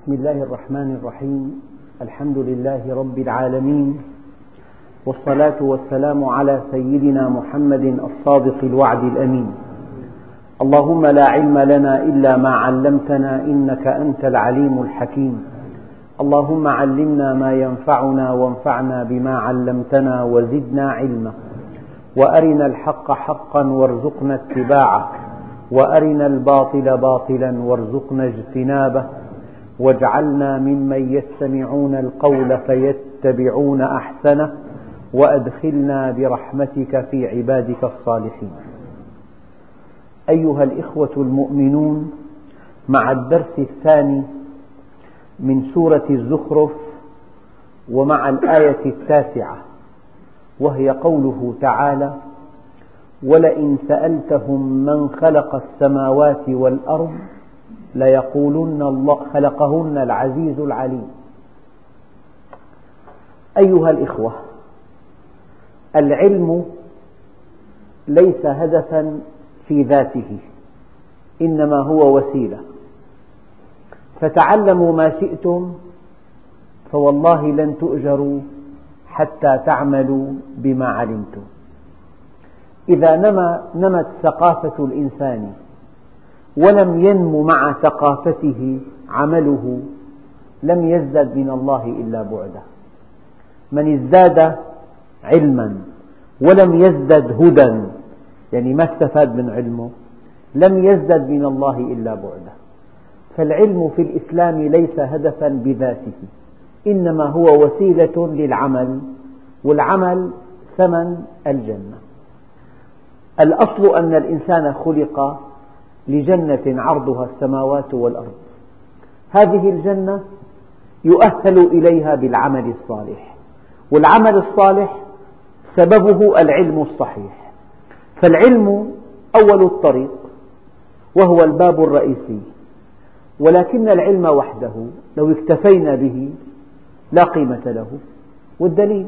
بسم الله الرحمن الرحيم. الحمد لله رب العالمين، والصلاة والسلام على سيدنا محمد الصادق الوعد الأمين. اللهم لا علم لنا إلا ما علمتنا إنك أنت العليم الحكيم. اللهم علمنا ما ينفعنا وانفعنا بما علمتنا وزدنا علما، وأرنا الحق حقا وارزقنا اتباعه، وأرنا الباطل باطلا وارزقنا اجتنابه، واجعلنا ممن يستمعون القول فيتبعون أحسنه، وأدخلنا برحمتك في عبادك الصالحين. أيها الإخوة المؤمنون، مع الدرس الثاني من سورة الزخرف، ومع الآية 9، وهي قوله تعالى: ولئن سألتهم من خلق السماوات والأرض ليقولن الله خلقهن العزيز العليم. أيها الإخوة، العلم ليس هدفا في ذاته، إنما هو وسيلة، فتعلموا ما شئتم فوالله لن تؤجروا حتى تعملوا بما علمتم. إذا نمت ثقافة الإنسان ولم ينم مع ثقافته عمله لم يزدد من الله إلا بعدا. من ازداد علما ولم يزدد هدى، يعني ما استفاد من علمه، لم يزدد من الله إلا بعدا. فالعلم في الإسلام ليس هدفا بذاته، إنما هو وسيلة للعمل، والعمل ثمن الجنة. الأصل أن الإنسان خلق لجنة عرضها السماوات والأرض. هذه الجنة يؤهل إليها بالعمل الصالح، والعمل الصالح سببه العلم الصحيح. فالعلم أول الطريق وهو الباب الرئيسي، ولكن العلم وحده لو اكتفينا به لا قيمة له. والدليل: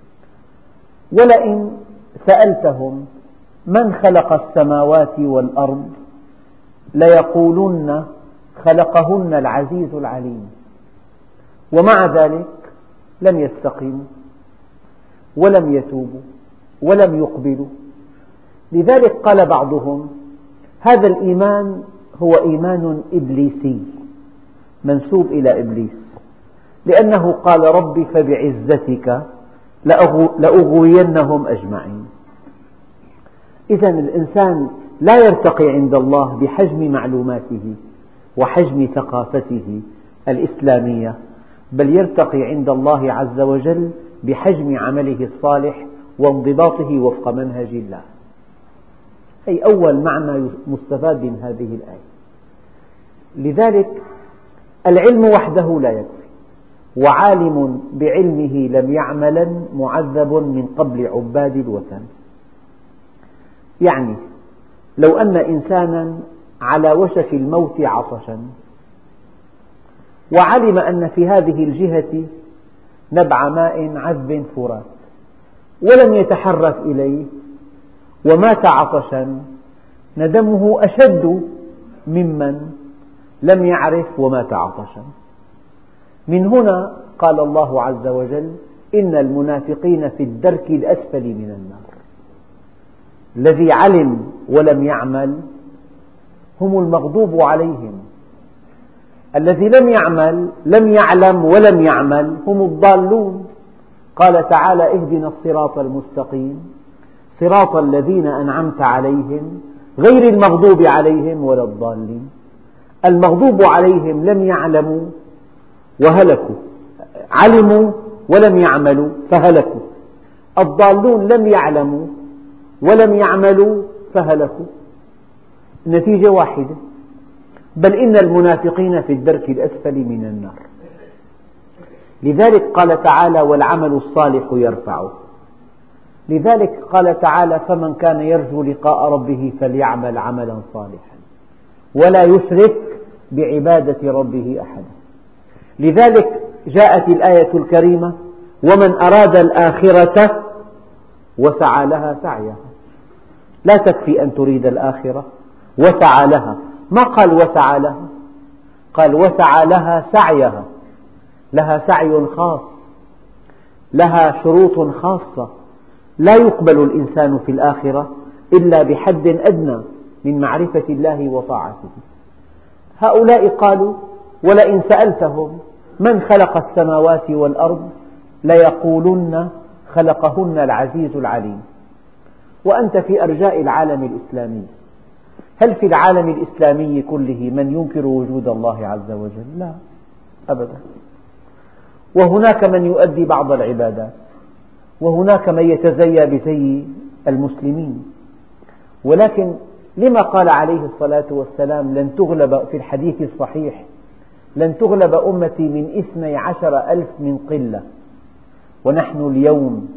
ولئن سألتهم من خلق السماوات والأرض ليقولن خلقهن العزيز العليم، ومع ذلك لم يستقيموا ولم يتوبوا ولم يقبلوا. لذلك قال بعضهم: هذا الإيمان هو إيمان إبليسي منسوب إلى إبليس، لأنه قال: رب فبعزتك لأغوينهم أجمعين. إذن الإنسان لا يرتقي عند الله بحجم معلوماته وحجم ثقافته الإسلامية، بل يرتقي عند الله عز وجل بحجم عمله الصالح وانضباطه وفق منهج الله. أي أول معنى مستفاد من هذه الآية. لذلك العلم وحده لا يكفي، وعالم بعلمه لم يعملا معذب من قبل عباد الوثن. يعني لو أن إنسانا على وشك الموت عطشا، وعلم أن في هذه الجهة نبع ماء عذب فرات، ولم يتحرك إليه ومات عطشا، ندمه أشد ممن لم يعرف ومات عطشا. من هنا قال الله عز وجل: إن المنافقين في الدرك الأسفل من النار. الذي علم ولم يعمل هم المغضوب عليهم، الذي لم يعلم ولم يعمل هم الضالون. قال تعالى: اهدنا الصراط المستقيم صراط الذين أنعمت عليهم غير المغضوب عليهم ولا الضالين. المغضوب عليهم لم يعلموا وهلكوا، علموا ولم يعملوا فهلكوا. الضالون لم يعلموا ولم يعملوا فهلكوا. النتيجة واحدة: بل إن المنافقين في الدرك الأسفل من النار. لذلك قال تعالى: والعمل الصالح يرفعه. لذلك قال تعالى: فمن كان يرجو لقاء ربه فليعمل عملا صالحا ولا يشرك بعبادة ربه أحدا. لذلك جاءت الآية الكريمة: ومن أراد الآخرة وسعى لها سعيها. لا تكفي أن تريد الآخرة، وسعى لها. ما قال وسعى لها، قال وسعى لها سعيها، لها سعي خاص، لها شروط خاصة، لا يقبل الإنسان في الآخرة إلا بحد أدنى من معرفة الله وطاعته. هؤلاء قالوا ولئن سألتهم من خلق السماوات والأرض ليقولن خلقهن العزيز العليم. وأنت في أرجاء العالم الإسلامي، هل في العالم الإسلامي كله من ينكر وجود الله عز وجل؟ لا أبدا. وهناك من يؤدي بعض العبادات، وهناك من يتزيى بزي المسلمين، ولكن لما قال عليه الصلاة والسلام لن تغلب في الحديث الصحيح لن تغلب أمتي من 12,000 من قلة، ونحن اليوم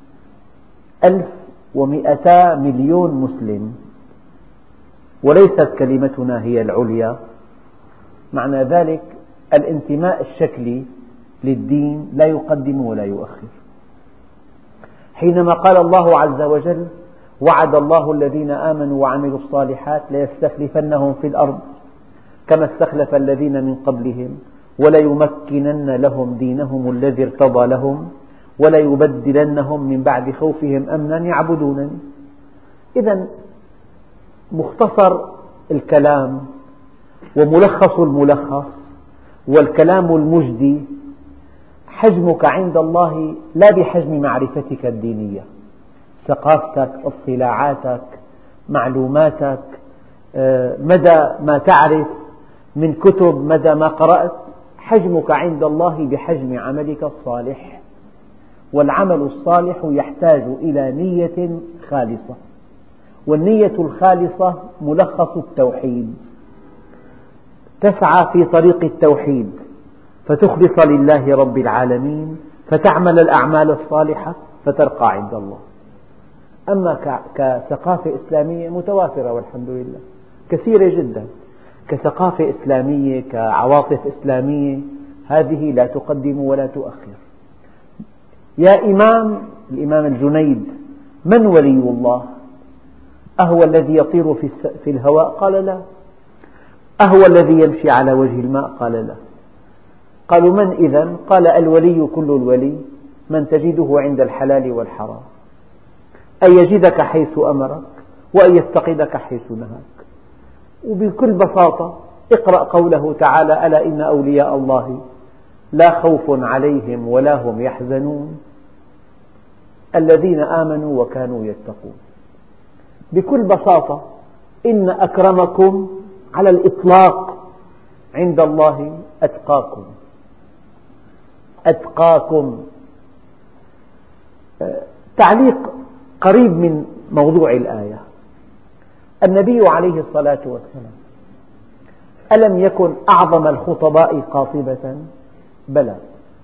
1,200 مليون مسلم، وليست كلمتنا هي العليا. معنى ذلك الانتماء الشكلي للدين لا يقدم ولا يؤخر. حينما قال الله عز وجل وعد الله الذين آمنوا وعملوا الصالحات ليستخلفنهم في الأرض كما استخلف الذين من قبلهم وليمكنن لهم دينهم الذي ارتضى لهم وليبدلنهم من بعد خوفهم أمنا يعبدونني. إذن مختصر الكلام وملخص الملخص والكلام المجدي: حجمك عند الله لا بحجم معرفتك الدينية، ثقافتك، اطلاعاتك، معلوماتك، مدى ما تعرف من كتب، مدى ما قرأت. حجمك عند الله بحجم عملك الصالح، والعمل الصالح يحتاج إلى نية خالصة، والنية الخالصة ملخص التوحيد. تسعى في طريق التوحيد فتخلص لله رب العالمين، فتعمل الأعمال الصالحة فترقى عند الله. أما كثقافة إسلامية متوافرة والحمد لله، كثيرة جدا، كثقافة إسلامية، كعواطف إسلامية، هذه لا تقدم ولا تؤخر. يا الإمام الجنيد: من ولي الله؟ أهو الذي يطير في الهواء؟ قال لا. أهو الذي يمشي على وجه الماء؟ قال لا. قالوا من إذن؟ قال الولي كل الولي من تجده عند الحلال والحرام، أن يجدك حيث أمرك وأن يفتقدك حيث نهاك. وبكل بساطة اقرأ قوله تعالى: ألا إن أولياء الله لا خوف عليهم ولا هم يحزنون الذين آمنوا وكانوا يتقون. بكل بساطة إن أكرمكم على الإطلاق عند الله أتقاكم. أتقاكم. تعليق قريب من موضوع الآية: النبي عليه الصلاة والسلام ألم يكن أعظم الخطباء قاطبة؟ بلى.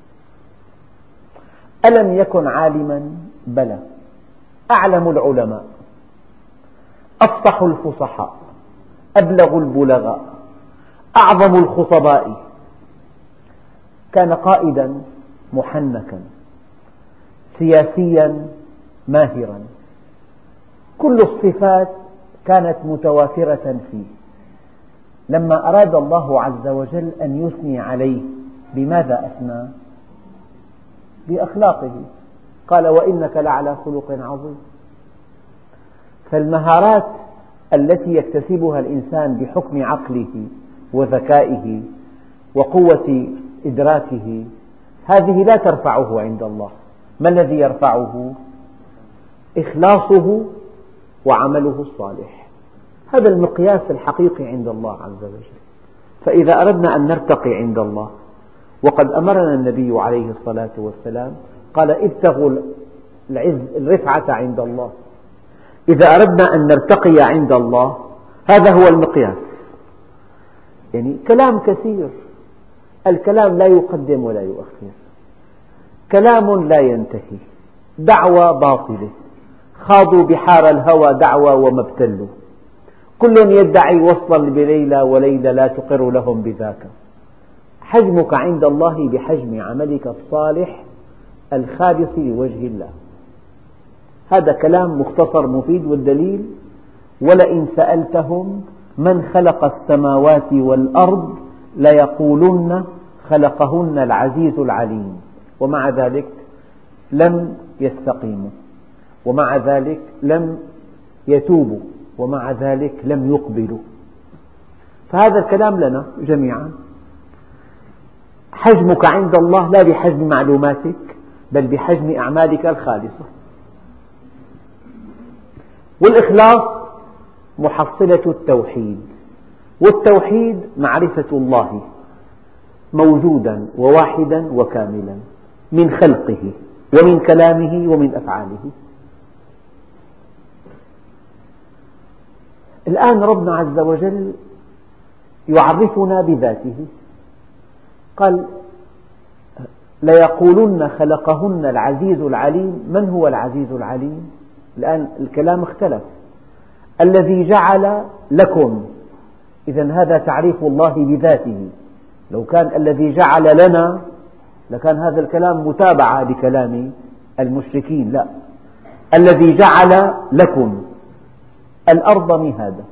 ألم يكن عالما؟ بلى. أعلم العلماء، أفصح الفصحاء، أبلغ البلغاء، أعظم الخطباء. كان قائدا محنكا، سياسيا ماهرا، كل الصفات كانت متوافرة فيه. لما أراد الله عز وجل أن يثني عليه، بماذا أثنى؟ بأخلاقه. قال: وإنك لعلى خلق عظيم. فالمهارات التي يكتسبها الإنسان بحكم عقله وذكائه وقوة إدراكه، هذه لا ترفعه عند الله. ما الذي يرفعه؟ إخلاصه وعمله الصالح. هذا المقياس الحقيقي عند الله عز وجل. فإذا أردنا أن نرتقي عند الله، وقد أمرنا النبي عليه الصلاة والسلام قال: ابتغوا الرفعة عند الله. إذا أردنا أن نرتقي عند الله هذا هو المقياس. يعني كلام كثير، الكلام لا يقدم ولا يؤخر، كلام لا ينتهي، دعوى باطلة، خاضوا بحار الهوى دعوى وما ابتلوا، كل يدعي وصلا بليلى وليلى لا تقر لهم بذاك. حجمك عند الله بحجم عملك الصالح الخالص لوجه الله. هذا كلام مختصر مفيد، والدليل: ولئن سألتهم من خلق السماوات والأرض ليقولن خلقهن العزيز العليم، ومع ذلك لم يستقيموا، ومع ذلك لم يتوبوا، ومع ذلك لم يقبلوا. فهذا الكلام لنا جميعا. حجمك عند الله لا بحجم معلوماتك، بل بحجم أعمالك الخالصة. والإخلاص محصلة التوحيد، والتوحيد معرفة الله موجودا وواحدا وكاملا من خلقه ومن كلامه ومن أفعاله. الآن ربنا عز وجل يعرفنا بذاته، قال ليقولن خلقهن العزيز العليم. من هو العزيز العليم؟ الآن الكلام اختلف. الذي جعل لكم، إذن هذا تعريف الله بذاته. لو كان الذي جعل لنا لكان هذا الكلام متابعة لكلام المشركين. لا، الذي جعل لكم الأرض مهادا،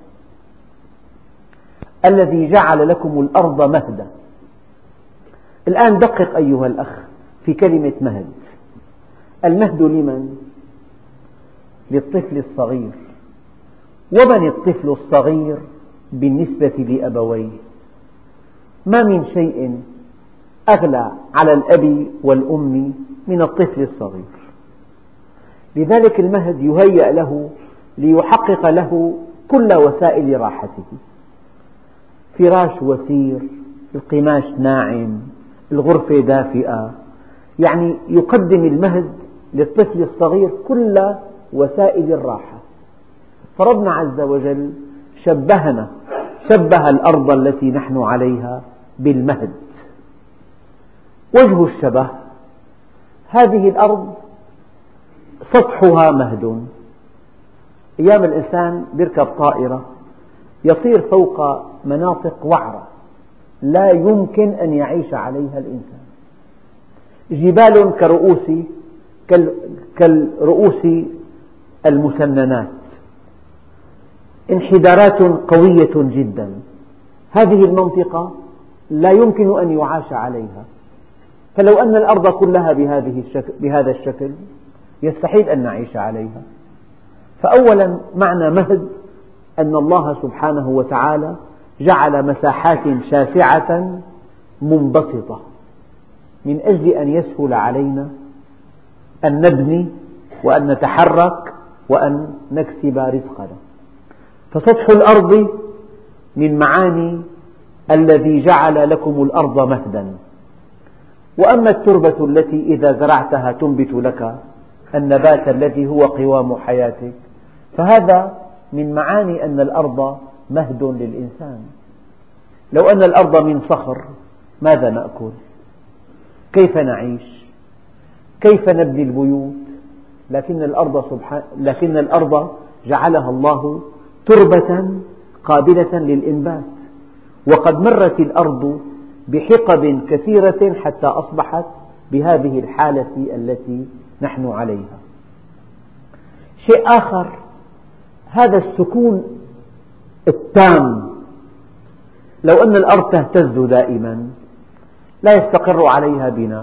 الذي جعل لكم الأرض مهدا. الآن دقق أيها الأخ في كلمة مهد. المهد لمن؟ للطفل الصغير. ومن الطفل الصغير بالنسبة لأبويه؟ ما من شيء أغلى على الأب والأم من الطفل الصغير. لذلك المهد يهيأ له ليحقق له كل وسائل راحته: فراش وثير، القماش ناعم، الغرفة دافئة. يعني يقدم المهد للطفل الصغير كل وسائل الراحة. فربنا عز وجل شبه الأرض التي نحن عليها بالمهد. وجه الشبه: هذه الأرض سطحها مهد. أيام الإنسان يركب طائرة يطير فوق مناطق وعرة لا يمكن أن يعيش عليها الإنسان، جبال كالرؤوس المسننات، انحدارات قوية جدا. هذه المنطقة لا يمكن أن يعاش عليها. فلو أن الأرض كلها بهذا الشكل يستحيل أن نعيش عليها. فأولا معنى مهد أن الله سبحانه وتعالى جعل مساحات شاسعة منبسطة من أجل أن يسهل علينا أن نبني وأن نتحرك وأن نكسب رزقنا. فسطح الأرض من معاني الذي جعل لكم الأرض مهدا. وأما التربة التي إذا زرعتها تنبت لك النبات الذي هو قوام حياتك، فهذا من معاني أن الأرض مهد للإنسان. لو أن الأرض من صخر ماذا نأكل؟ كيف نعيش؟ كيف نبني البيوت؟ لكن الأرض جعلها الله تربة قابلة للإنبات. وقد مرت الأرض بحقب كثيرة حتى أصبحت بهذه الحالة التي نحن عليها. شيء آخر، هذا السكون التام. لو أن الأرض تهتز دائما لا يستقر عليها بناء،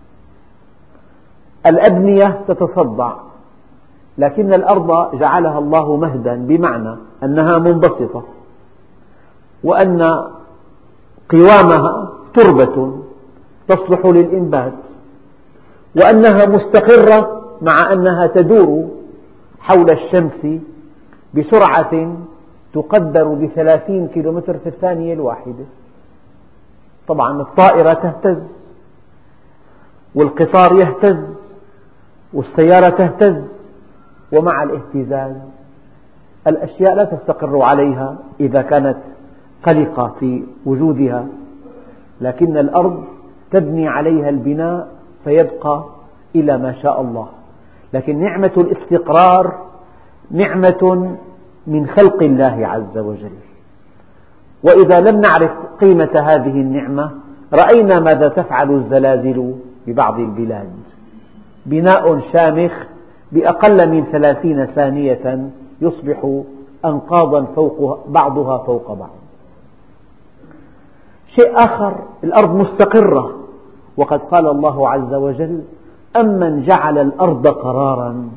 الأبنية تتصدع. لكن الأرض جعلها الله مهدا بمعنى أنها منبسطة، وأن قوامها تربة تصلح للإنبات، وأنها مستقرة مع أنها تدور حول الشمس بسرعة تقدر ب30 كيلومتر في الثانية الواحدة. طبعا الطائرة تهتز، والقطار يهتز، والسيارة تهتز، ومع الاهتزاز الأشياء لا تستقر عليها إذا كانت قلقة في وجودها. لكن الأرض تبني عليها البناء فيبقى إلى ما شاء الله. لكن نعمة الاستقرار نعمة من خلق الله عز وجل. وإذا لم نعرف قيمة هذه النعمة رأينا ماذا تفعل الزلازل ببعض البلاد. بناء شامخ بأقل من 30 ثانية يصبح أنقاضا بعضها فوق بعض. شيء آخر، الأرض مستقرة، وقد قال الله عز وجل: أمن جعل الأرض قرارا.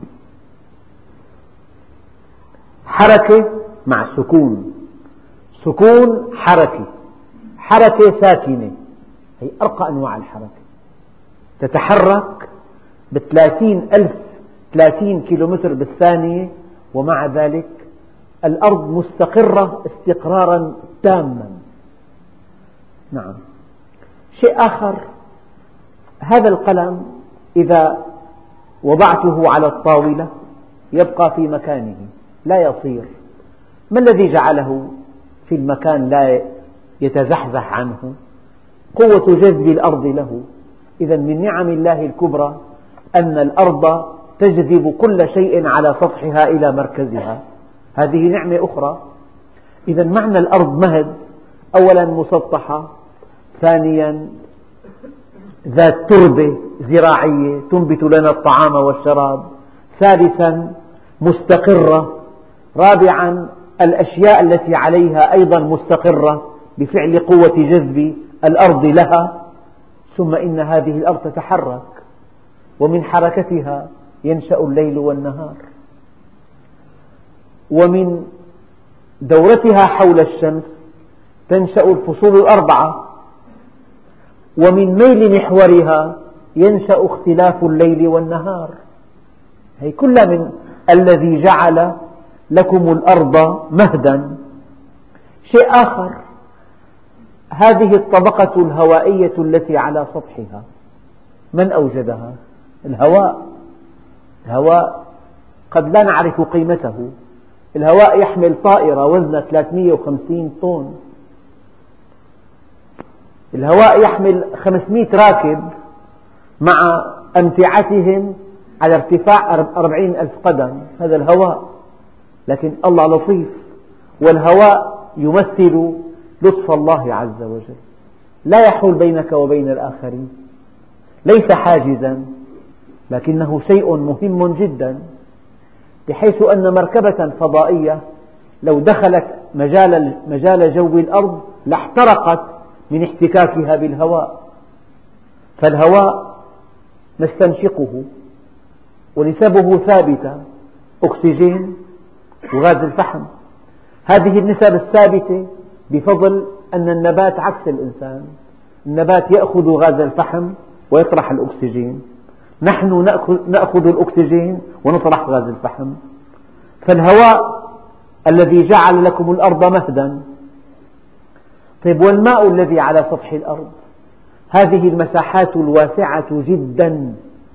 حركة مع سكون، سكون حركة، حركة ساكنة، هي أرقى أنواع الحركة، تتحرك ب30 كيلومتر بالثانية، ومع ذلك الأرض مستقرة استقرارا تاما. نعم. شيء آخر، هذا القلم إذا وضعته على الطاولة يبقى في مكانه لا يصير. ما الذي جعله في المكان لا يتزحزح عنه؟ قوة جذب الأرض له. إذا من نعم الله الكبرى أن الأرض تجذب كل شيء على سطحها إلى مركزها، هذه نعمة أخرى. إذا معنى الأرض مهد: أولا مسطحة، ثانيا ذات تربة زراعية تنبت لنا الطعام والشراب، ثالثا مستقرة، رابعا الأشياء التي عليها أيضا مستقرة بفعل قوة جذب الأرض لها. ثم إن هذه الأرض تتحرك، ومن حركتها ينشأ الليل والنهار، ومن دورتها حول الشمس تنشأ الفصول الأربعة، ومن ميل محورها ينشأ اختلاف الليل والنهار. هي كلها من الذي جعل لكم الأرض مهدا. شيء آخر، هذه الطبقة الهوائية التي على سطحها من أوجدها؟ الهواء. الهواء قد لا نعرف قيمته. الهواء يحمل طائرة وزنها 350 طن، الهواء يحمل 500 راكب مع أمتعتهم على ارتفاع 40,000 قدم، هذا الهواء. لكن الله لطيف، والهواء يمثل لطف الله عز وجل، لا يحول بينك وبين الآخرين، ليس حاجزا، لكنه شيء مهم جدا، بحيث أن مركبة فضائية لو دخلت مجال جو الأرض لاحترقت من احتكاكها بالهواء. فالهواء نستنشقه ونسبه ثابتة، أكسجين وغاز الفحم. هذه النسب الثابتة بفضل أن النبات عكس الإنسان، النبات يأخذ غاز الفحم ويطرح الأكسجين، نحن نأخذ الأكسجين ونطرح غاز الفحم. فالهواء الذي جعل لكم الأرض مهدا. طيب، والماء الذي على سطح الأرض؟ هذه المساحات الواسعة جدا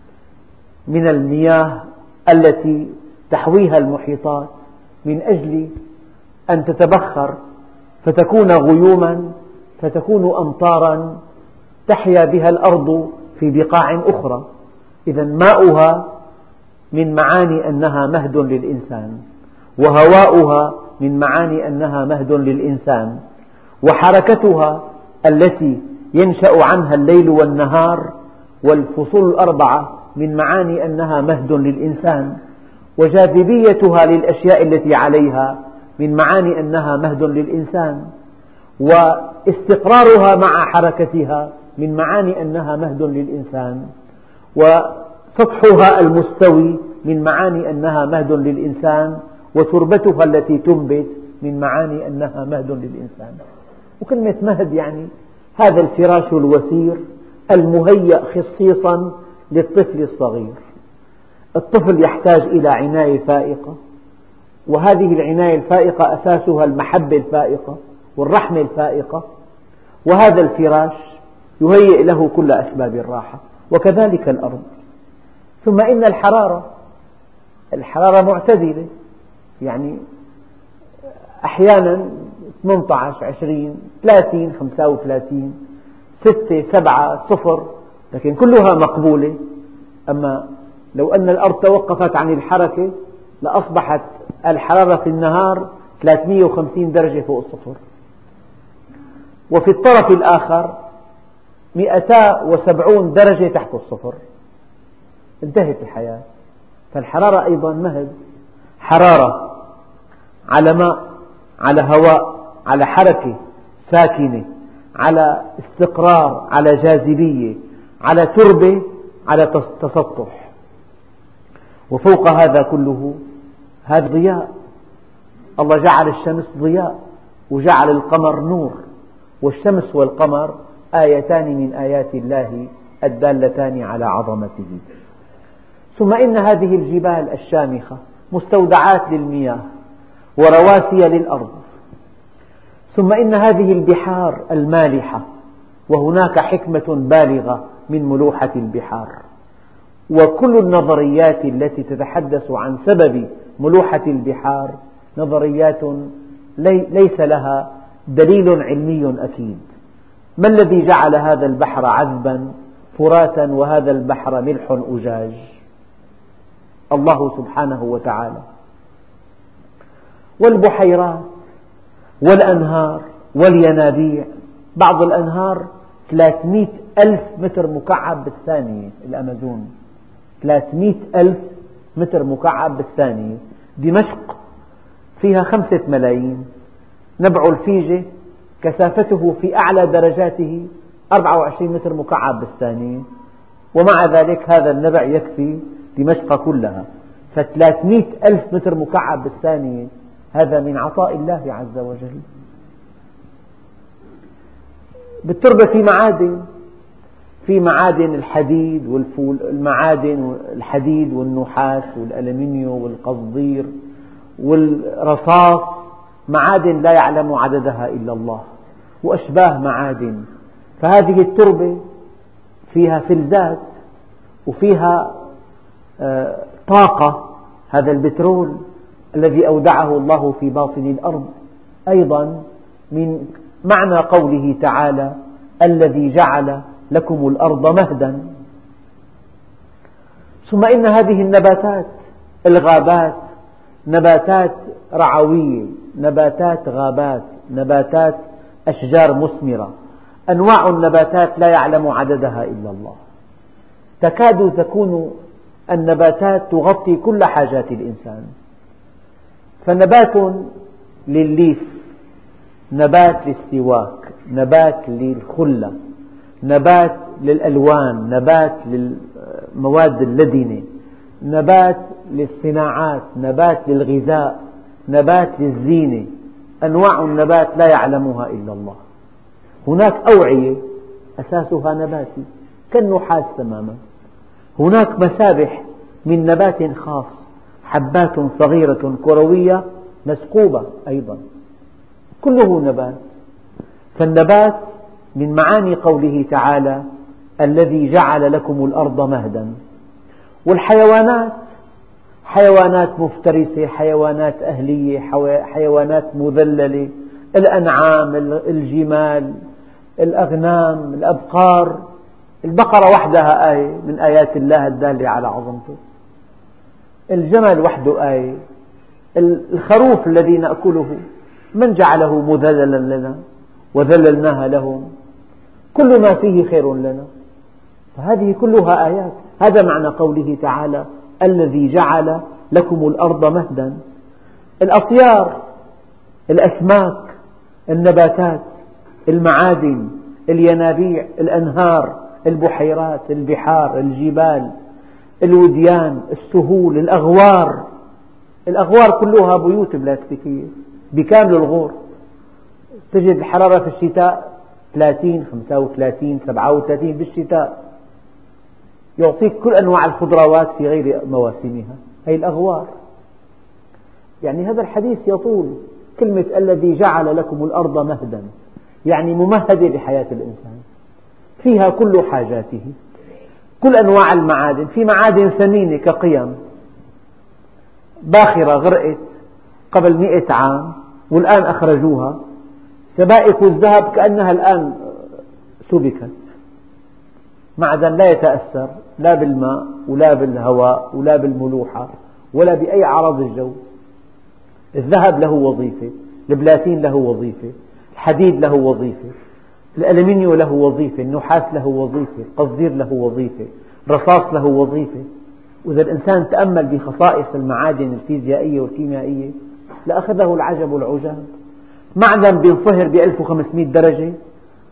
من المياه التي تحويها المحيطات من أجل أن تتبخر فتكون غيوما، فتكون أمطارا تحيا بها الأرض في بقاع أخرى. إذا ماؤها من معاني أنها مهد للإنسان، وهواؤها من معاني أنها مهد للإنسان، وحركتها التي ينشأ عنها الليل والنهار والفصول الأربعة من معاني أنها مهد للإنسان، وجاذبيتها للأشياء التي عليها من معاني أنها مهد للإنسان، واستقرارها مع حركتها من معاني أنها مهد للإنسان، وسطحها المستوي من معاني أنها مهد للإنسان، وتربتها التي تنبت من معاني أنها مهد للإنسان. وكلمة مهد يعني هذا الفراش الوثير المهيأ خصيصا للطفل الصغير. الطفل يحتاج إلى عناية فائقة، وهذه العناية الفائقة أساسها المحبة الفائقة والرحمة الفائقة، وهذا الفراش يهيئ له كل أسباب الراحة، وكذلك الأرض. ثم إن الحرارة معتدلة، يعني أحيانا 18 20 30 35 6 7 0، لكن كلها مقبولة. أما لو أن الأرض توقفت عن الحركة لأصبحت الحرارة في النهار 350 درجة فوق الصفر، وفي الطرف الآخر 270 درجة تحت الصفر، انتهت الحياة. فالحرارة أيضا مهد، حرارة على ماء، على هواء، على حركة ساكنة، على استقرار، على جاذبية، على تربة، على تسطح. وفوق هذا كله هذا ضياء. الله جعل الشمس ضياء وجعل القمر نور، والشمس والقمر آيتان من آيات الله الدالتان على عظمته. ثم إن هذه الجبال الشامخة مستودعات للمياه ورواسي للأرض. ثم إن هذه البحار المالحة، وهناك حكمة بالغة من ملوحة البحار. وكل النظريات التي تتحدث عن سبب ملوحة البحار نظريات ليس لها دليل علمي أكيد. ما الذي جعل هذا البحر عذبا فراتا وهذا البحر ملح أجاج؟ الله سبحانه وتعالى. والبحيرات والأنهار والينابيع، بعض الأنهار 300 ألف متر مكعب بالثانية. الأمازون 300 ألف متر مكعب بالثانية. دمشق فيها 5 ملايين. نبع الفيجة كثافته في أعلى درجاته 24 متر مكعب بالثانية، ومع ذلك هذا النبع يكفي دمشق كلها. ف300 ألف متر مكعب بالثانية هذا من عطاء الله عز وجل. بالتربة في معادن الحديد المعادن الحديد والنحاس والألمنيو والقصدير والرصاص، معادن لا يعلم عددها إلا الله، وأشباه معادن. فهذه التربة فيها فلزات وفيها طاقة، هذا البترول الذي أودعه الله في باطن الأرض. أيضا من معنى قوله تعالى الذي جعل لكم الأرض مهدا. ثم إن هذه النباتات، الغابات، نباتات رعوية، نباتات غابات، نباتات أشجار مثمرة، أنواع النباتات لا يعلم عددها إلا الله. تكاد تكون النباتات تغطي كل حاجات الإنسان. فنبات للليف، نبات للسواك، نبات للخلة، نبات للألوان، نبات للمواد اللدنة، نبات للصناعات، نبات للغذاء، نبات للزينة. أنواع النبات لا يعلمها إلا الله. هناك أوعية أساسها نباتي كالنحاس تماما. هناك مسابح من نبات خاص، حبات صغيرة كروية مثقوبة أيضا، كله نبات. فالنبات من معاني قوله تعالى الذي جعل لكم الأرض مهدا. والحيوانات، حيوانات مفترسة، حيوانات أهلية، حيوانات مذللة، الأنعام، الجمال، الأغنام، الأبقار. البقرة وحدها آية من آيات الله الدالة على عظمته. الجمل وحده آية. الخروف الذي نأكله من جعله مذللا لنا وذللناها لهم؟ كل ما فيه خير لنا. فهذه كلها آيات. هذا معنى قوله تعالى الذي جعل لكم الأرض مهدا. الأطيار، الأسماك، النباتات، المعادن، الينابيع، الأنهار، البحيرات، البحار، الجبال، الوديان، السهول، الأغوار. الأغوار كلها بيوت بلاستيكية بكامل الغور. تجد الحرارة في الشتاء 30 35 37 بالشتاء، يعطيك كل أنواع الخضروات في غير مواسمها. هذه الأغوار. يعني هذا الحديث يطول. كلمة الذي جعل لكم الأرض مهدا يعني ممهدة لحياة الإنسان، فيها كل حاجاته، كل أنواع المعادن. في معادن ثمينة كقيم، باخرة غرقت قبل 100 عام والآن أخرجوها. سبائك الذهب كأنها الآن سبكت. معدن لا يتأثر لا بالماء ولا بالهواء ولا بالملوحة ولا بأي عرض الجو. الذهب له وظيفة، البلاتين له وظيفة، الحديد له وظيفة، الألمنيو له وظيفة، النحاس له وظيفة، القصدير له وظيفة، الرصاص له وظيفة. وإذا الإنسان تأمل بخصائص المعادن الفيزيائية والكيميائية لأخذه العجب والعجاب. معدن بينصهر ب 1500 درجة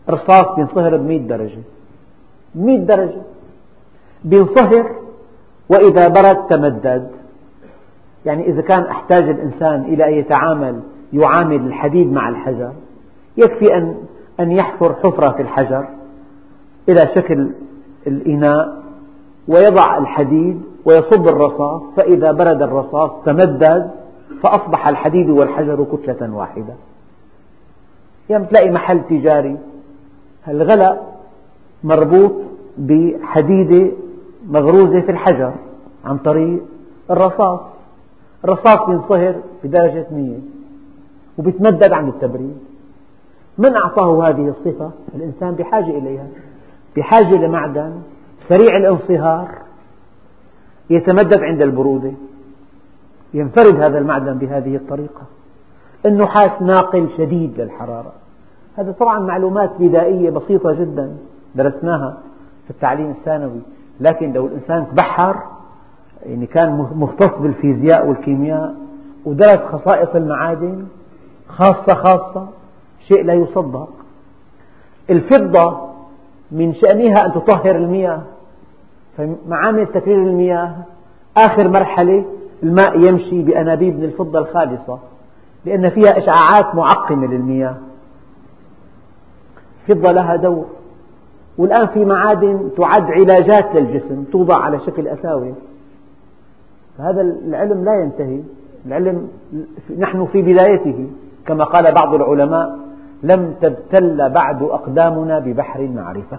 رصاص بينصهر ب100 درجة، 100 درجة بينصهر، وإذا برد تمدد. يعني إذا كان احتاج الإنسان إلى أن يعامل الحديد مع الحجر، يكفي أن يحفر حفرة في الحجر إلى شكل الإناء ويضع الحديد ويصب الرصاص، فإذا برد الرصاص تمدد فأصبح الحديد والحجر كتلة واحدة. يعني تلاقي محل تجاري الغلاء مربوط بحديدة مغروزة في الحجر عن طريق الرصاص. الرصاص ينصهر بدرجة 100 وبيتمدد عند التبريد. من أعطاه هذه الصفة؟ الإنسان بحاجة إليها، بحاجة لمعدن سريع الانصهار يتمدد عند البرودة. ينفرد هذا المعدن بهذه الطريقة. النحاس ناقل شديد للحرارة. هذا طبعا معلومات بدائية بسيطة جدا درسناها في التعليم الثانوي، لكن لو الإنسان تبحر، يعني كان مختص بالفيزياء والكيمياء ودرس خصائص المعادن خاصة، شيء لا يصدق. الفضة من شأنها أن تطهر المياه، فمعامل تكرير المياه آخر مرحلة الماء يمشي بأنابيب من الفضة الخالصة، لأن فيها إشعاعات معقمة للمياه. الفضة لها دور. والآن في معادن تعد علاجات للجسم، توضع على شكل أساور. فهذا العلم لا ينتهي. العلم نحن في بدايته، كما قال بعض العلماء: لم تبتل بعد أقدامنا ببحر المعرفة.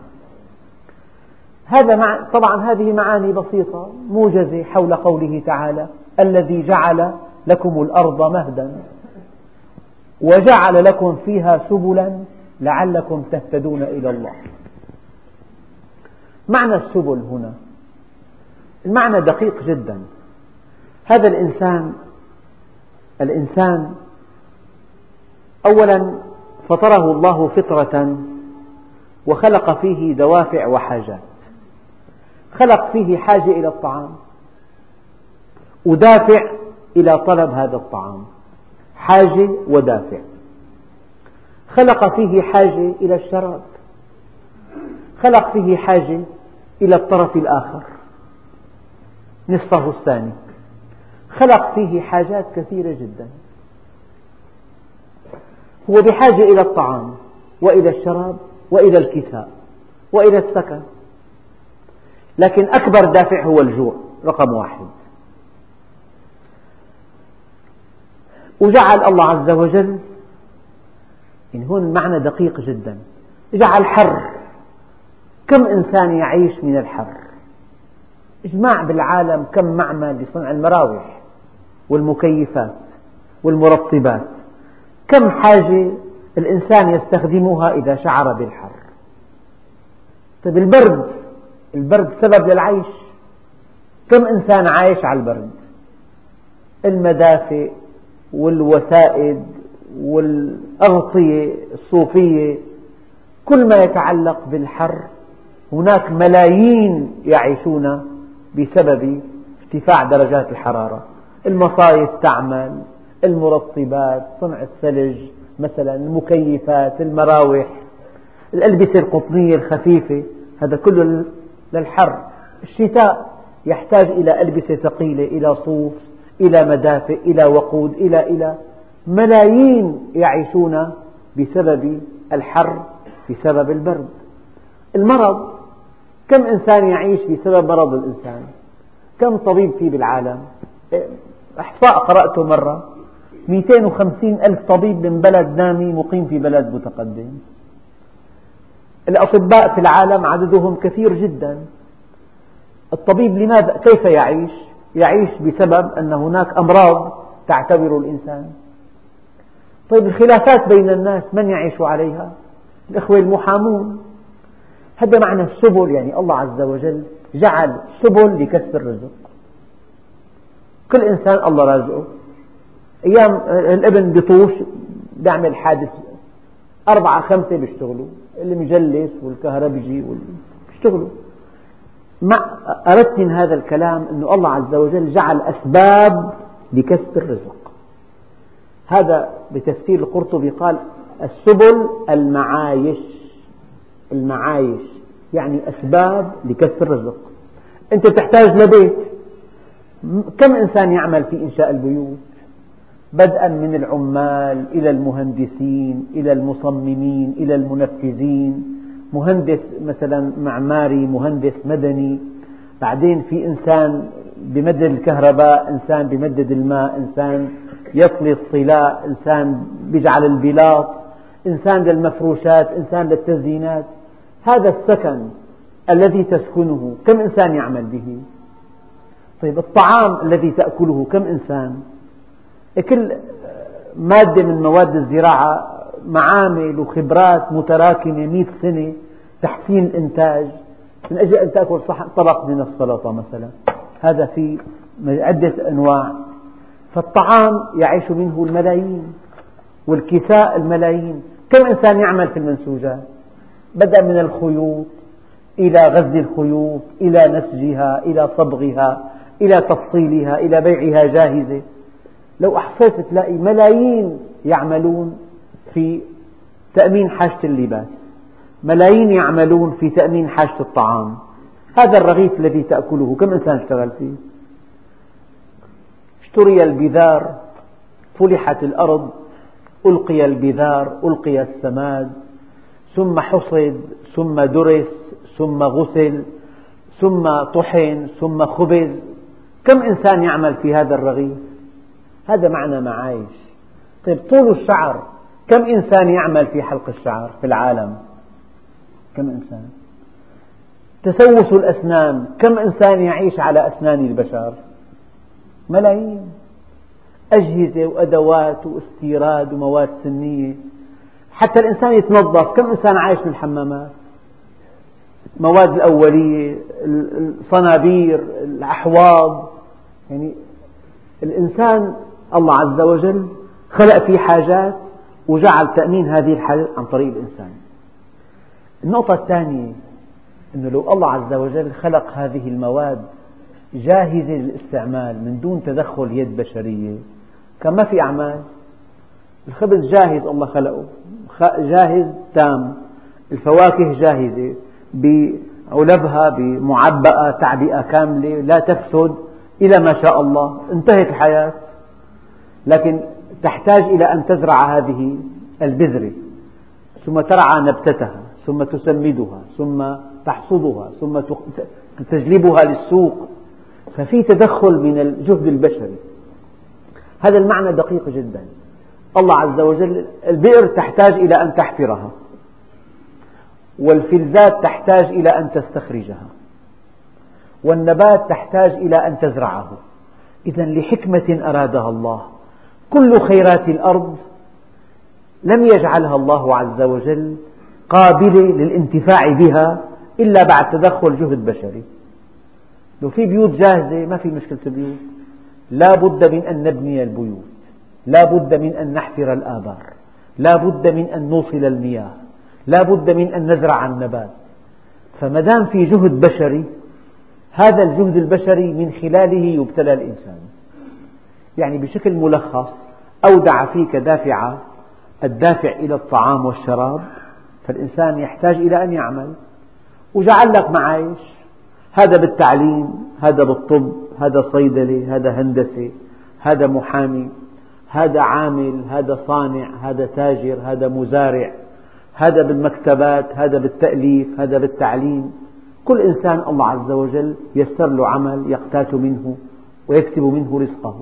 طبعا هذه معاني بسيطة موجزة حول قوله تعالى: الذي جعل لكم الأرض مهدا وجعل لكم فيها سبلا لعلكم تهتدون إلى الله. معنى السبل هنا المعنى دقيق جدا. هذا الإنسان أولا فطره الله فطرة وخلق فيه دوافع وحاجات. خلق فيه حاجة إلى الطعام ودافع إلى طلب هذا الطعام، حاجة ودافع. خلق فيه حاجة إلى الشراب، خلق فيه حاجة إلى الطرف الآخر نصفه الثاني، خلق فيه حاجات كثيرة جدا. هو بحاجة إلى الطعام وإلى الشراب وإلى الكساء وإلى السكن، لكن أكبر دافع هو الجوع رقم 1. وجعل الله عز وجل، يعني هون معنى دقيق جدا، جعل حر. كم إنسان يعيش من الحر؟ إجماع بالعالم كم معمل لصنع المراوح والمكيفات والمرطبات، كم حاجة الإنسان يستخدمها إذا شعر بالحر. طيب البرد سبب للعيش. كم إنسان عايش على البرد؟ المدافئ والوسائد والأغطية الصوفية، كل ما يتعلق بالحر. هناك ملايين يعيشون بسبب ارتفاع درجات الحرارة. المصايف تعمل، المرطبات، صنع الثلج مثلا، المكيفات، المراوح، الألبسة القطنية الخفيفة، هذا كله للحر. الشتاء يحتاج إلى ألبسة ثقيلة، إلى صوف، إلى مدافئ، إلى وقود، إلى ملايين يعيشون بسبب الحر بسبب البرد. المرض، كم إنسان يعيش بسبب مرض الإنسان؟ كم طبيب في بالعالم؟ إحصاء قرأته مرة 250 ألف طبيب من بلد نامي مقيم في بلد متقدم. الأطباء في العالم عددهم كثير جدا. الطبيب لماذا؟ كيف يعيش؟ يعيش بسبب أن هناك أمراض تعتبر الإنسان. طيب الخلافات بين الناس من يعيش عليها؟ الإخوة المحامون. هذا معنى السبل، يعني الله عز وجل جعل سبل لكسب الرزق. كل إنسان الله رازقه. أيام الابن بيطوش بيعمل حادث 4 5 بيشتغلوا، المجلس والكهربجي بيشتغلوا. ما أردت من هذا الكلام أن الله عز وجل جعل أسباب لكسب الرزق. هذا بتفسير القرطبي قال: السبل المعايش، المعايش يعني أسباب لكسب الرزق. أنت تحتاج لبيت، كم إنسان يعمل في إنشاء البيوت؟ بدءا من العمال إلى المهندسين إلى المصممين إلى المنفذين، مهندس مثلا معماري، مهندس مدني، بعدين في إنسان بمدد الكهرباء، إنسان بمدد الماء، إنسان يطلي الطلاء، إنسان يجعل البلاط، إنسان للمفروشات، إنسان للتزيينات. هذا السكن الذي تسكنه كم إنسان يعمل به؟ طيب الطعام الذي تأكله كم إنسان؟ كل مادة من مواد الزراعة معامل وخبرات متراكمة 100 سنة تحسين الإنتاج من أجل أن تأكل طبق من السلطة مثلا، هذا في عدة أنواع. فالطعام يعيش منه الملايين، والكساء الملايين. كم إنسان يعمل في المنسوجات؟ بدءا من الخيوط إلى غزل الخيوط إلى نسجها إلى صبغها إلى تفصيلها إلى بيعها جاهزة. لو أحصيت تلاقي ملايين يعملون في تأمين حاجة اللباس، ملايين يعملون في تأمين حاجة الطعام. هذا الرغيف الذي تأكله كم إنسان اشتغل فيه؟ اشتري البذار، فلحت الأرض، ألقي البذار، ألقي السماد، ثم حصد، ثم درس، ثم غسل، ثم طحن، ثم خبز. كم إنسان يعمل في هذا الرغيف؟ هذا معنى معايش. طيب طول الشعر، كم إنسان يعمل في حلق الشعر في العالم؟ كم إنسان؟ تسوس الأسنان، كم إنسان يعيش على أسنان البشر؟ ملايين. أجهزة وأدوات واستيراد ومواد سنية، حتى الإنسان يتنظف كم إنسان عايش في الحمامات؟ مواد الأولية، الصنابير، الأحواض. يعني الإنسان الله عز وجل خلق فيه حاجات وجعل تأمين هذه الحاجات عن طريق الإنسان. النقطة الثانية أنه لو الله عز وجل خلق هذه المواد جاهزة للاستعمال من دون تدخل يد بشرية كان ما في أعمال. الخبز جاهز، الله خلقه جاهز تام، الفواكه جاهزة بعلبها بمعبأة تعبئة كاملة لا تفسد إلى ما شاء الله، انتهت الحياة. لكن تحتاج إلى أن تزرع هذه البذرة، ثم ترعى نبتتها، ثم تسمدها، ثم تحصدها، ثم تجلبها للسوق. ففي تدخل من الجهد البشري. هذا المعنى دقيق جدا. الله عز وجل البئر تحتاج إلى أن تحفرها، والفلزات تحتاج إلى أن تستخرجها، والنبات تحتاج إلى أن تزرعه. إذا لحكمة أرادها الله. كل خيرات الأرض لم يجعلها الله عز وجل قابلة للانتفاع بها إلا بعد تدخل جهد بشري. لو في بيوت جاهزة ما في مشكلة البيوت، لا بد من أن نبني البيوت، لا بد من أن نحفر الآبار، لا بد من أن نوصل المياه، لا بد من أن نزرع النبات. فما دام في جهد بشري، هذا الجهد البشري من خلاله يبتلى الإنسان. يعني بشكل ملخص أودع فيك الدافع إلى الطعام والشراب، فالإنسان يحتاج إلى أن يعمل، وجعل لك معايش. هذا بالتعليم، هذا بالطب، هذا صيدلي، هذا هندسة، هذا محامي، هذا عامل، هذا صانع، هذا تاجر، هذا مزارع، هذا بالمكتبات، هذا بالتأليف، هذا بالتعليم. كل إنسان الله عز وجل يسر له عمل يقتات منه ويكسب منه رزقه.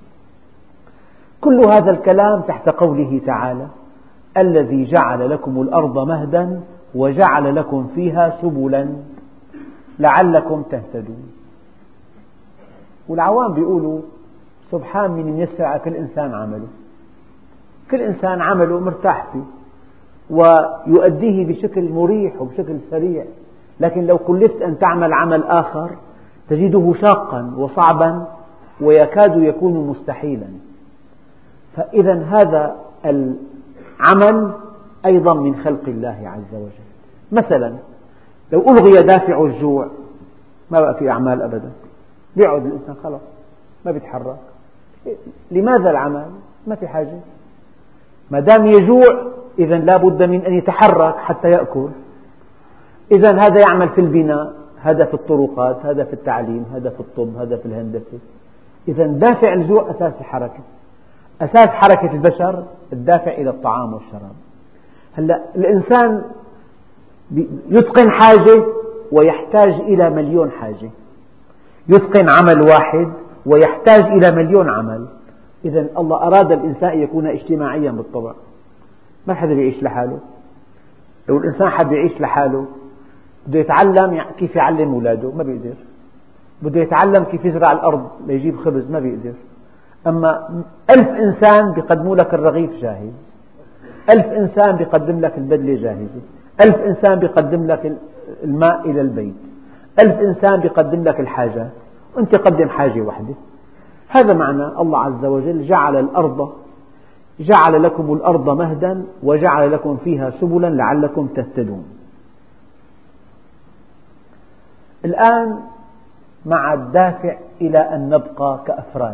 كل هذا الكلام تحت قوله تعالى: الذي جعل لكم الأرض مهدا وجعل لكم فيها سبلا لعلكم تهتدون. والعوام بيقولوا سبحان من ييسر على كل إنسان عمله، كل إنسان عمله مرتاح فيه ويؤديه بشكل مريح وبشكل سريع. لكن لو كلفت أن تعمل عمل آخر تجده شاقا وصعبا ويكاد يكون مستحيلا. فإذا هذا العمل أيضا من خلق الله عز وجل. مثلا لو ألغي دافع الجوع ما بقى في أعمال أبدا، بيقعد الإنسان خلاص ما بيتحرك. لماذا العمل؟ ما في حاجة. ما دام يجوع إذن لا بد من أن يتحرك حتى يأكل. إذا هذا يعمل في البناء، هذا في الطرقات، هذا في التعليم، هذا في الطب، هذا في الهندسة. إذا دافع الجوع أساس الحركة، أساس حركة البشر الدافع إلى الطعام والشراب. هلأ الإنسان يتقن حاجة ويحتاج إلى مليون حاجة، يتقن عمل واحد ويحتاج إلى مليون عمل. إذا الله أراد الإنسان أن يكون اجتماعيا بالطبع، ما حدا يعيش لحاله. لو الإنسان حب يعيش لحاله بده يتعلم كيف يعلم أولاده، ما بيقدر. بده يتعلم كيف يزرع الأرض ليجيب خبز، ما بيقدر. أما 1000 إنسان بيقدموا لك الرغيف جاهز، 1000 إنسان بيقدم لك البدلة جاهزة، 1000 إنسان بيقدم لك الماء إلى البيت، 1000 إنسان بيقدم لك الحاجات، وأنت قدم حاجة واحدة. هذا معنى الله عز وجل جعل لكم الأرض مهدا وجعل لكم فيها سبلا لعلكم تهتدون. الآن مع الدافع إلى أن نبقى كأفراد.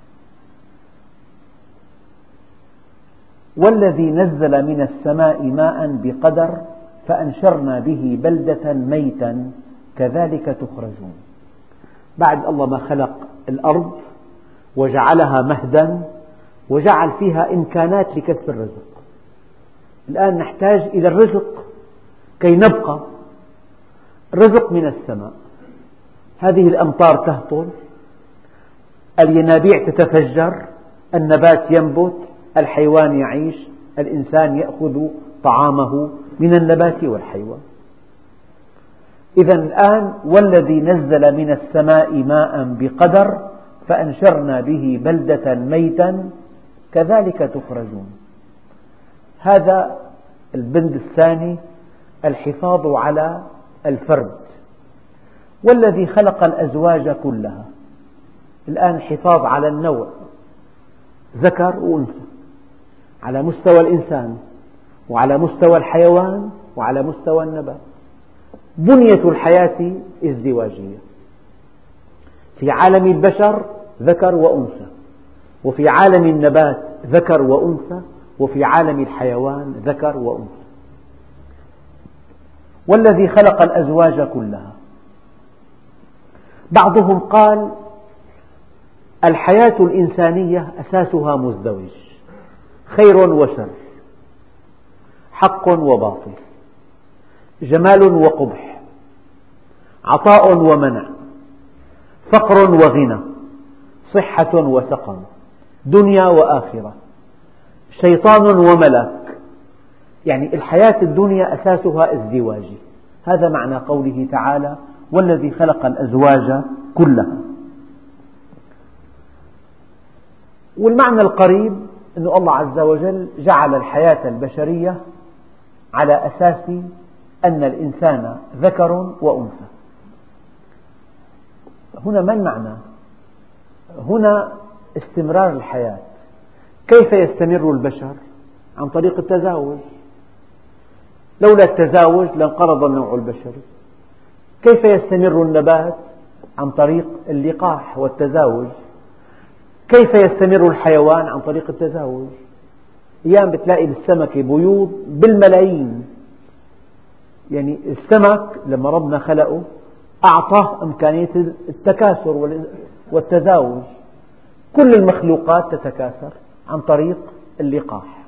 والذي نزل من السماء ماء بقدر فأنشرنا به بلدة ميتا كذلك تخرجون. بعد الله ما خلق الأرض وجعلها مهدا وجعل فيها إمكانات لكسب الرزق، الآن نحتاج إلى الرزق كي نبقى. الرزق من السماء، هذه الأمطار تهطل، الينابيع تتفجر، النبات ينبت، الحيوان يعيش، الإنسان يأخذ طعامه من النبات والحيوان. إذا الآن والذي نزل من السماء ماء بقدر فأنشرنا به بلدة ميتا كذلك تخرجون. هذا البند الثاني، الحفاظ على الفرد. والذي خلق الأزواج كلها، الآن الحفاظ على النوع، ذكر وأنثى، على مستوى الإنسان وعلى مستوى الحيوان وعلى مستوى النبات. بنية الحياة ازدواجية، في عالم البشر ذكر وأنثى، وفي عالم النبات ذكر وأنثى، وفي عالم الحيوان ذكر وأنثى. والذي خلق الأزواج كلها. بعضهم قال الحياة الإنسانية أساسها مزدوج، خير وشر، حق وباطل، جمال وقبح، عطاء ومنع، فقر وغنى، صحة وسقم، دنيا وآخرة، شيطان وملك. يعني الحياة الدنيا أساسها ازدواجي. هذا معنى قوله تعالى والذي خلق الأزواج كلها. والمعنى القريب أن الله عز وجل جعل الحياة البشرية على أساس أن الإنسان ذكر وأنثى. هنا ما المعنى؟ هنا استمرار الحياة. كيف يستمر البشر؟ عن طريق التزاوج. لولا التزاوج لانقرض النوع البشري. كيف يستمر النبات؟ عن طريق اللقاح والتزاوج. كيف يستمر الحيوان؟ عن طريق التزاوج. أيام بتلاقي بالسمكة بيوض بالملايين. يعني السمك لما ربنا خلقه أعطاه إمكانية التكاثر والتزاوج. كل المخلوقات تتكاثر عن طريق اللقاح.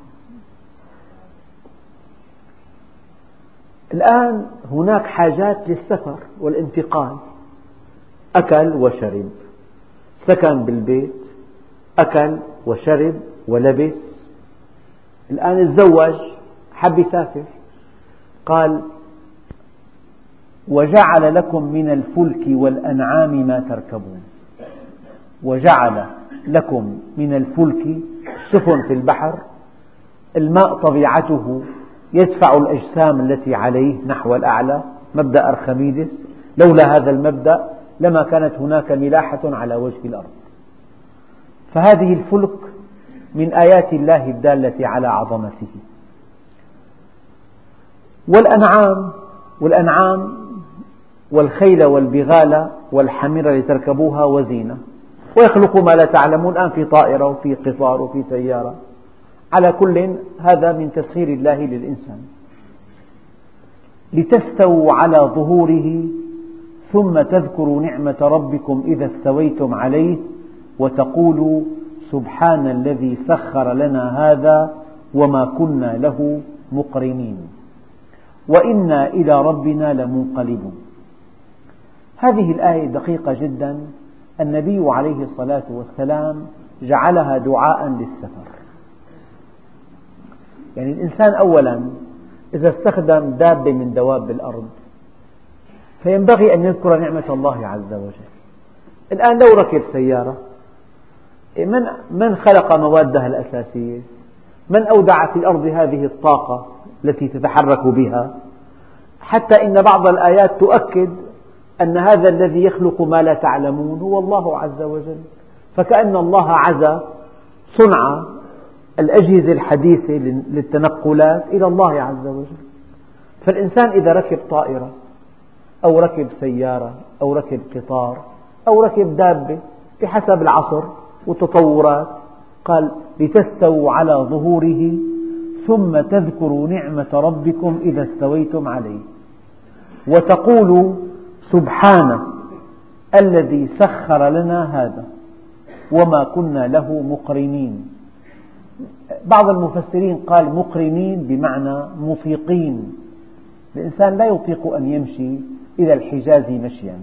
الآن هناك حاجات للسفر والانتقال، أكل وشرب، سكن بالبيت، أكل وشرب ولبس. الآن تزوج، حب يسافر، قال وجعل لكم من الفلك والأنعام ما تركبون. وجعل لكم من الفلك، سفن في البحر، الماء طبيعته يدفع الأجسام التي عليه نحو الأعلى، مبدأ أرخميدس. لولا هذا المبدأ لما كانت هناك ملاحة على وجه الأرض. فهذه الفلك من آيات الله الدالة على عظمته. والأنعام والخيل والبغال والحمير لتركبوها وزينة ويخلق ما لا تعلمون. الآن في طائرة وفي قطار وفي سيارة. على كل هذا من تسخير الله للإنسان. لتستووا على ظهوره ثم تذكروا نعمة ربكم إذا استويتم عليه وتقولوا سبحان الذي سخر لنا هذا وما كنا له مقرنين وإنا إلى ربنا لمنقلبون. هذه الآية دقيقة جدا، النبي عليه الصلاة والسلام جعلها دعاء للسفر. يعني الإنسان أولا إذا استخدم دابة من دواب الأرض فينبغي أن يذكر نعمة الله عز وجل. الآن لو ركب سيارة، من خلق موادها الأساسية؟ من أودع في الأرض هذه الطاقة التي تتحرك بها؟ حتى إن بعض الآيات تؤكد أن هذا الذي يخلق ما لا تعلمون هو الله عز وجل، فكأن الله عزى صنع الأجهزة الحديثة للتنقلات إلى الله عز وجل. فالإنسان إذا ركب طائرة أو ركب سيارة أو ركب قطار أو ركب دابة بحسب العصر والتطورات، قال لتستووا على ظهوره ثم تذكروا نعمة ربكم إذا استويتم عليه وتقولوا سبحان الذي سخر لنا هذا وما كنا له مقرنين. بعض المفسرين قال مقرنين بمعنى مطيقين، الإنسان لا يطيق أن يمشي إلى الحجاز مشيا،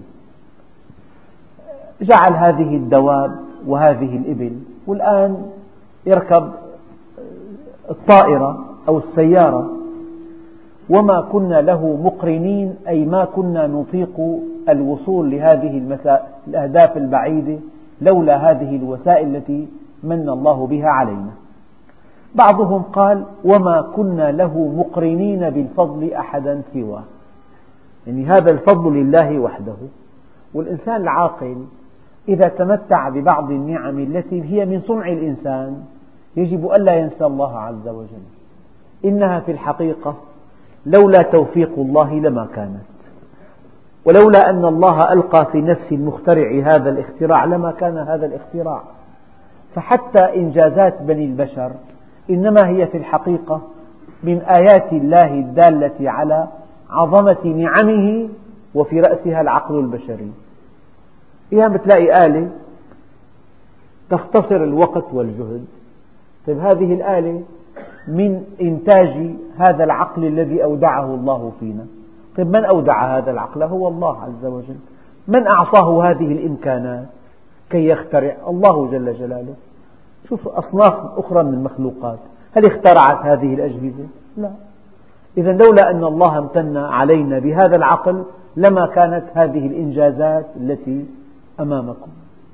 جعل هذه الدواب وهذه الإبل، والآن يركب الطائرة أو السيارة. وما كنا له مقرنين أي ما كنا نطيق الوصول لهذه الأهداف البعيدة لولا هذه الوسائل التي من الله بها علينا. بعضهم قال وما كنا له مقرنين بالفضل أحدا سواه، يعني هذا الفضل لله وحده. والإنسان العاقل إذا تمتع ببعض النعم التي هي من صنع الإنسان يجب ألا ينسى الله عز وجل. إنها في الحقيقة لولا توفيق الله لما كانت، ولولا أن الله ألقى في نفس المخترع هذا الاختراع لما كان هذا الاختراع. فحتى إنجازات بني البشر إنما هي في الحقيقة من آيات الله الدالة على عظمة نعمه وفي رأسها العقل البشري. أحيانا بتلاقي آلة تختصر الوقت والجهد، طيب هذه الآلة من إنتاج هذا العقل الذي أودعه الله فينا. طيب من أودع هذا العقل؟ هو الله عز وجل. من أعطاه هذه الإمكانات كي يخترع؟ الله جل جلاله. شوف أصناف أخرى من المخلوقات، هل اخترعت هذه الأجهزة؟ لا. إذا لولا أن الله امتن علينا بهذا العقل لما كانت هذه الإنجازات التي أمامكم.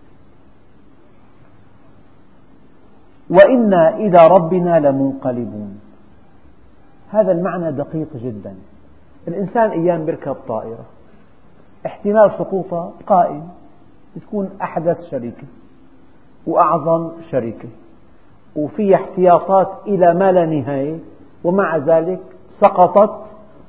وإنا إلى ربنا لمنقلبون، هذا المعنى دقيق جدا. الإنسان أيام يركب طائرة احتمال سقوطها قائم، تكون أحدث شركة وأعظم شركة وفيها احتياطات إلى ما لا نهاية، ومع ذلك سقطت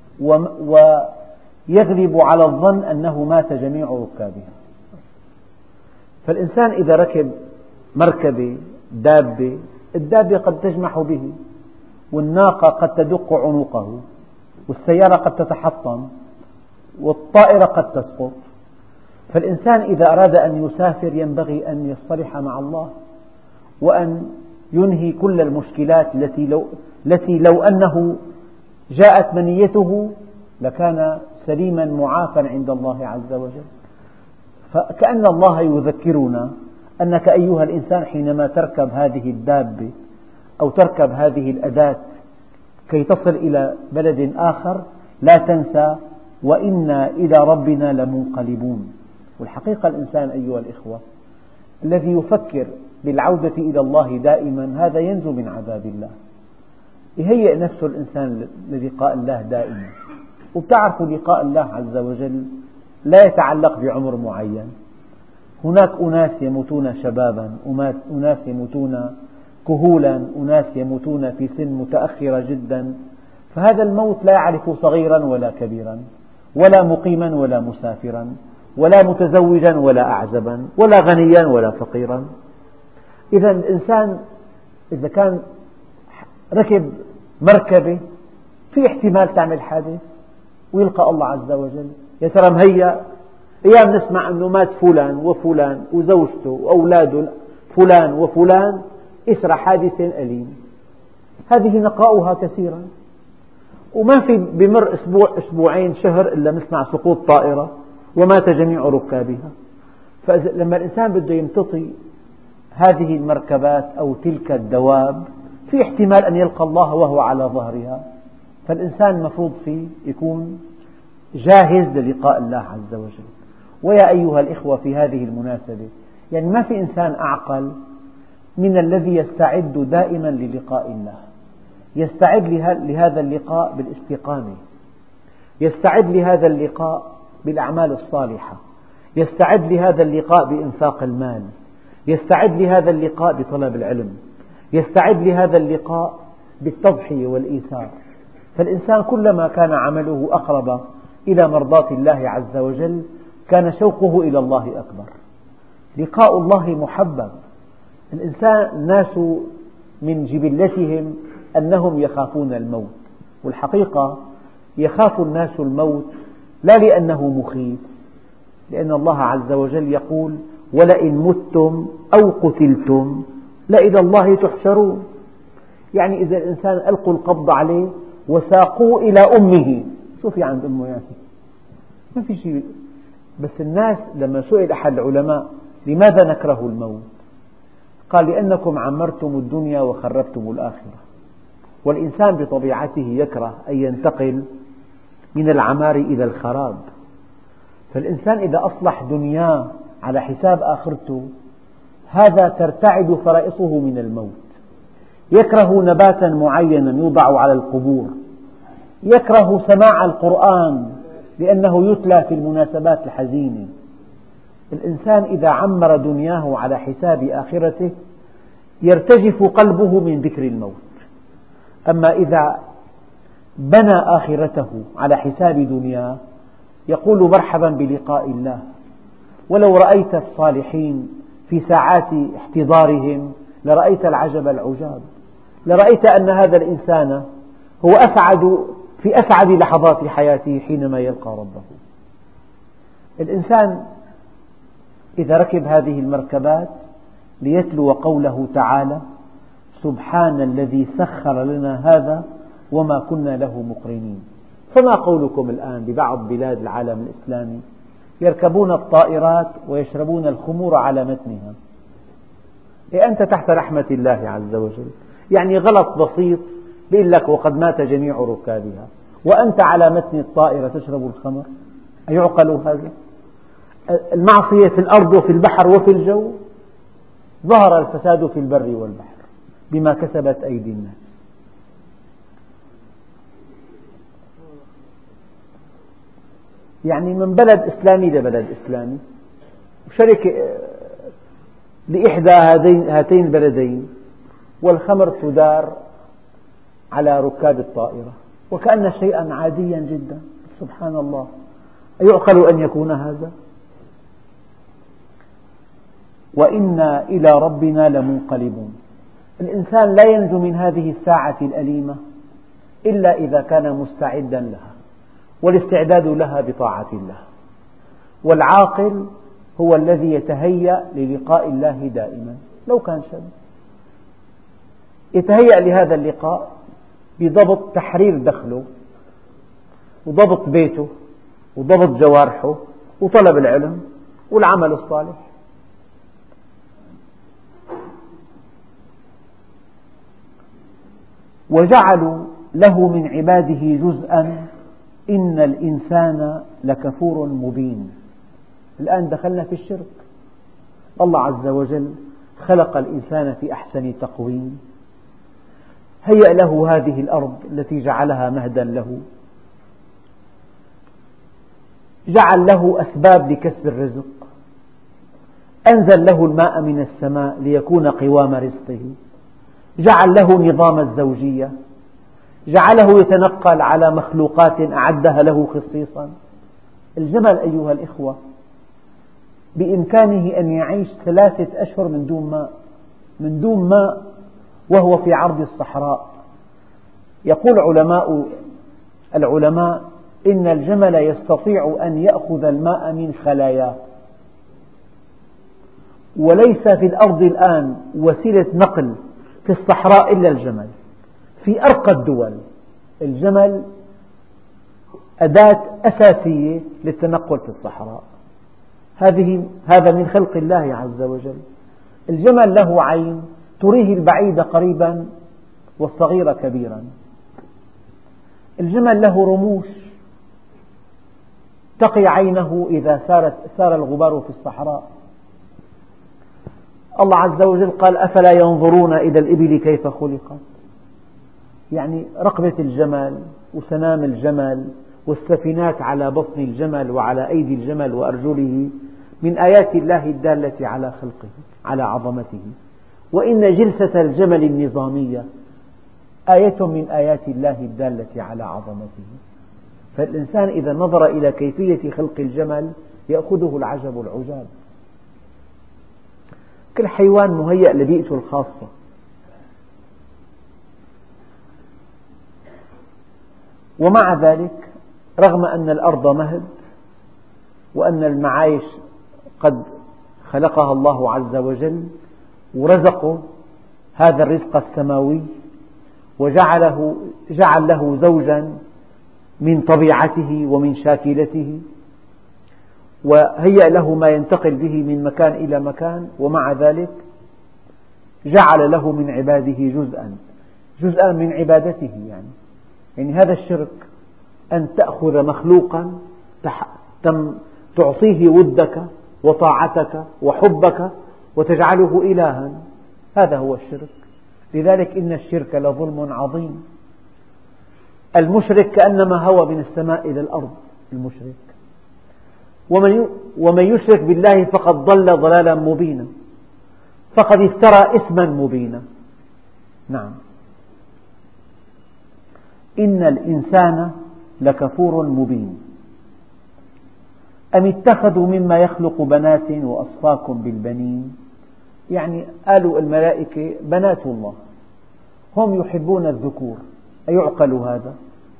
ويغلب على الظن أنه مات جميع ركابها. فالإنسان إذا ركب مركبة دابة، الدابة قد تجمح به، والناقة قد تدق عنقه، والسيارة قد تتحطم، والطائرة قد تسقط. فالإنسان إذا أراد أن يسافر ينبغي أن يصطلح مع الله وأن ينهي كل المشكلات التي لو أنه جاءت منيته لكان سليما معافى عند الله عز وجل. فكأن الله يذكرنا أنك أيها الإنسان حينما تركب هذه الدابة أو تركب هذه الأداة كي تصل إلى بلد آخر لا تنسى وإنا إلى ربنا لمنقلبون. والحقيقة الإنسان أيها الإخوة الذي يفكر بالعودة إلى الله دائما هذا ينجو من عذاب الله. يهيئ نفسه الإنسان للقاء الله دائما. وبتعرفوا لقاء الله عز وجل لا يتعلق بعمر معين. هناك أناس يموتون شبابا، أناس يموتون كهولا، أناس يموتون في سن متأخرة جدا. فهذا الموت لا يعرف صغيرا ولا كبيرا، ولا مقيما ولا مسافرا، ولا متزوجا ولا أعزبا، ولا غنيا ولا فقيرا. إذا الإنسان إذا كان ركب مركبة في احتمال تعمل حادث، ويلقى الله عز وجل. يا ترى مهيأ؟ أيام نسمع أنه مات فلان وفلان وزوجته وأولاده فلان وفلان إثر حادث أليم، هذه نقاؤها كثيرا، وما في بمر أسبوع أسبوعين شهر إلا نسمع سقوط طائرة ومات جميع ركابها. فلما الإنسان بده يمتطي هذه المركبات أو تلك الدواب في احتمال أن يلقى الله وهو على ظهرها، فالإنسان المفروض فيه يكون جاهز للقاء الله عز وجل. ويا أيها الإخوة، في هذه المناسبة يعني ما في إنسان أعقل من الذي يستعد دائما للقاء الله، يستعد لهذا اللقاء بالاستقامة، يستعد لهذا اللقاء بالأعمال الصالحة، يستعد لهذا اللقاء بإنفاق المال، يستعد لهذا اللقاء بطلب العلم، يستعد لهذا اللقاء بالتضحية والإيثار. فالإنسان كلما كان عمله أقرب إلى مرضاة الله عز وجل كان شوقه إلى الله أكبر. لقاء الله محبب. الناس من جبلتهم أنهم يخافون الموت، والحقيقة يخاف الناس الموت لا لأنه مخيف، لأن الله عز وجل يقول: ولئن متم أو قتلتم لإلى الله تحشرون. يعني إذا الإنسان ألقوا القبض عليه وساقوه إلى أمه، شو في عند أمه يعني؟ ما في شيء. بس الناس لما سئل أحد العلماء: لماذا نكره الموت؟ قال: لأنكم عمرتم الدنيا وخربتم الآخرة. والإنسان بطبيعته يكره أن ينتقل من العمار إلى الخراب. فالإنسان إذا أصلح دنياه على حساب آخرته هذا ترتعد فرائصه من الموت. يكره نباتا معينا يوضع على القبور، يكره سماع القرآن لأنه يتلى في المناسبات الحزينة. الإنسان إذا عمر دنياه على حساب آخرته يرتجف قلبه من ذكر الموت. أما إذا بنى آخرته على حساب دنياه يقول: مرحبا بلقاء الله. ولو رأيت الصالحين في ساعات احتضارهم لرأيت العجب العجاب، لرأيت أن هذا الإنسان هو في أسعد لحظات حياته حينما يلقى ربه. الإنسان إذا ركب هذه المركبات ليتلو قوله تعالى: سبحان الذي سخر لنا هذا وما كنا له مقرنين. فما قولكم الآن ببعض بلاد العالم الإسلامي يركبون الطائرات ويشربون الخمور على متنها؟ أنت تحت رحمة الله عز وجل. يعني غلط بسيط بيقول لك: وقد مات جميع ركابها، وأنت على متن الطائرة تشرب الخمر؟ أيعقل هذا؟ المعصية في الأرض وفي البحر وفي الجو. ظهر الفساد في البر والبحر بما كسبت أيدي الناس. يعني من بلد إسلامي لبلد إسلامي، شركة لإحدى هاتين البلدين، والخمر تدار على ركاب الطائرة وكأن شيئا عاديا جدا. سبحان الله، أيعقل أن يكون هذا؟ وإنا إلى ربنا لمنقلبون. الإنسان لا ينجو من هذه الساعة الأليمة إلا إذا كان مستعدا لها، والاستعداد لها بطاعة الله. والعاقل هو الذي يتهيأ للقاء الله دائما. لو كان شاب يتهيأ لهذا اللقاء بضبط تحرير دخله وضبط بيته وضبط جوارحه وطلب العلم والعمل الصالح. وجعلوا له من عباده جزءا إن الإنسان لكفور مبين. الآن دخلنا في الشرك. الله عز وجل خلق الإنسان في أحسن تقويم، هيأ له هذه الأرض التي جعلها مهدا له، جعل له أسباب لكسب الرزق، أنزل له الماء من السماء ليكون قوام رزقه، جعل له نظام الزوجية، جعله يتنقل على مخلوقات أعدها له خصيصا. الجمل أيها الإخوة بإمكانه أن يعيش 3 أشهر من دون ماء وهو في عرض الصحراء. يقول العلماء: إن الجمل يستطيع أن يأخذ الماء من خلاياه، وليس في الأرض الآن وسيلة نقل في الصحراء إلا الجمل. في أرقى الدول الجمل أداة أساسية للتنقل في الصحراء. هذا من خلق الله عز وجل. الجمل له عين تريه البعيد قريبا والصغير كبيرا. الجمل له رموش تقي عينه إذا سار الغبار في الصحراء. الله عز وجل قال: أفلا ينظرون إلى الإبل كيف خلقت. يعني رقبة الجمل وسنام الجمل والسفينات على بطن الجمل وعلى أيدي الجمل وأرجله من آيات الله الدالة على خلقه، على عظمته. وإن جلسة الجمل النظامية آية من آيات الله الدالة على عظمته. فالإنسان إذا نظر إلى كيفية خلق الجمل يأخذه العجب العجاب. كل حيوان مهيأ لبيئته الخاصة. ومع ذلك رغم أن الأرض مهد وأن المعايش قد خلقها الله عز وجل ورزقه هذا الرزق السماوي جعل له زوجا من طبيعته ومن شاكلته وهيأ له ما ينتقل به من مكان إلى مكان، ومع ذلك جعل له من عباده جزءا من عبادته. يعني هذا الشرك أن تأخذ مخلوقا تعطيه ودك وطاعتك وحبك وتجعله إلها، هذا هو الشرك. لذلك إن الشرك لظلم عظيم. المشرك كأنما هوى من السماء إلى الأرض المشرك. ومن يشرك بالله فقد ضل ضلالا مبينا، فقد افترى إثما مبينا. نعم. إن الإنسان لكفور مبين. أم اتخذوا مما يخلق بنات وأصفاكم بالبنين. يعني قالوا الملائكة بنات الله، هم يحبون الذكور، أيعقل هذا؟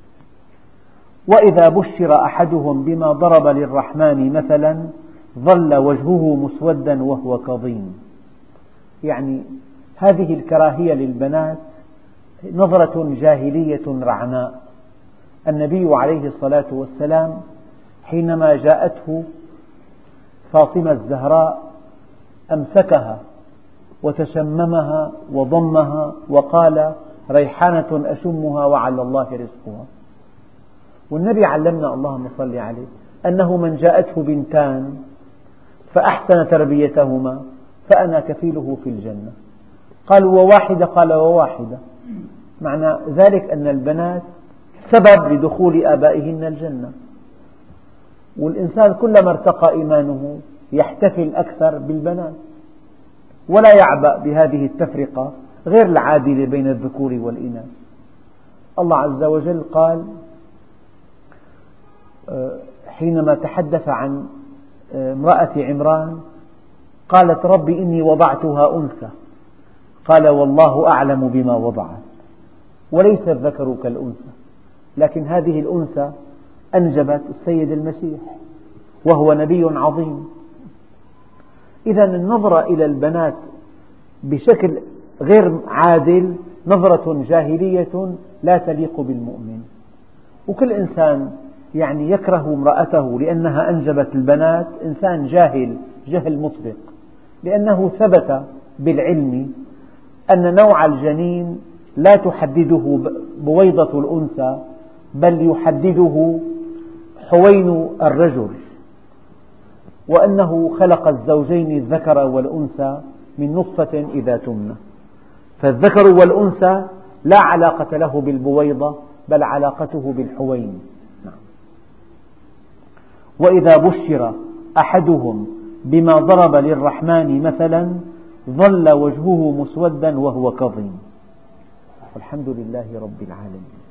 وإذا بشر أحدهم بما ضرب للرحمن مثلا ظل وجهه مسودا وهو كظيم. يعني هذه الكراهية للبنات نظرة جاهلية رعناء. النبي عليه الصلاة والسلام حينما جاءته فاطمة الزهراء أمسكها وتشممها وضمها وقال: ريحانة أشمها وعلى الله رزقها. والنبي علمنا، اللهم صل عليه، أنه من جاءته بنتان فأحسن تربيتهما فأنا كفيله في الجنة. قالوا: وواحدة؟ قال: وواحدة. معنى ذلك أن البنات سبب لدخول آبائهن الجنة. والإنسان كلما ارتقى إيمانه يحتفل أكثر بالبنات ولا يعبأ بهذه التفرقة غير العادلة بين الذكور والإناث. الله عز وجل قال حينما تحدث عن امرأة عمران قالت: رب إني وضعتها أنثى، قال: والله أعلم بما وضعت وليس الذكر كالأنثى، لكن هذه الأنثى أنجبت السيد المسيح وهو نبي عظيم. إذا النظرة إلى البنات بشكل غير عادل نظرة جاهلية لا تليق بالمؤمن. وكل إنسان يعني يكره امرأته لأنها أنجبت البنات إنسان جاهل جهل مطبق، لأنه ثبت بالعلم أن نوع الجنين لا تحدده بويضة الأنثى بل يحدده حوين الرجل، وأنه خلق الزوجين الذكر والأنثى من نطفة إذا تمنى. فالذكر والأنثى لا علاقة له بالبويضة بل علاقته بالحوين. وإذا بشر أحدهم بما ضرب للرحمن مثلا ظل وجهه مسودا وهو كظيم. والحمد لله رب العالمين.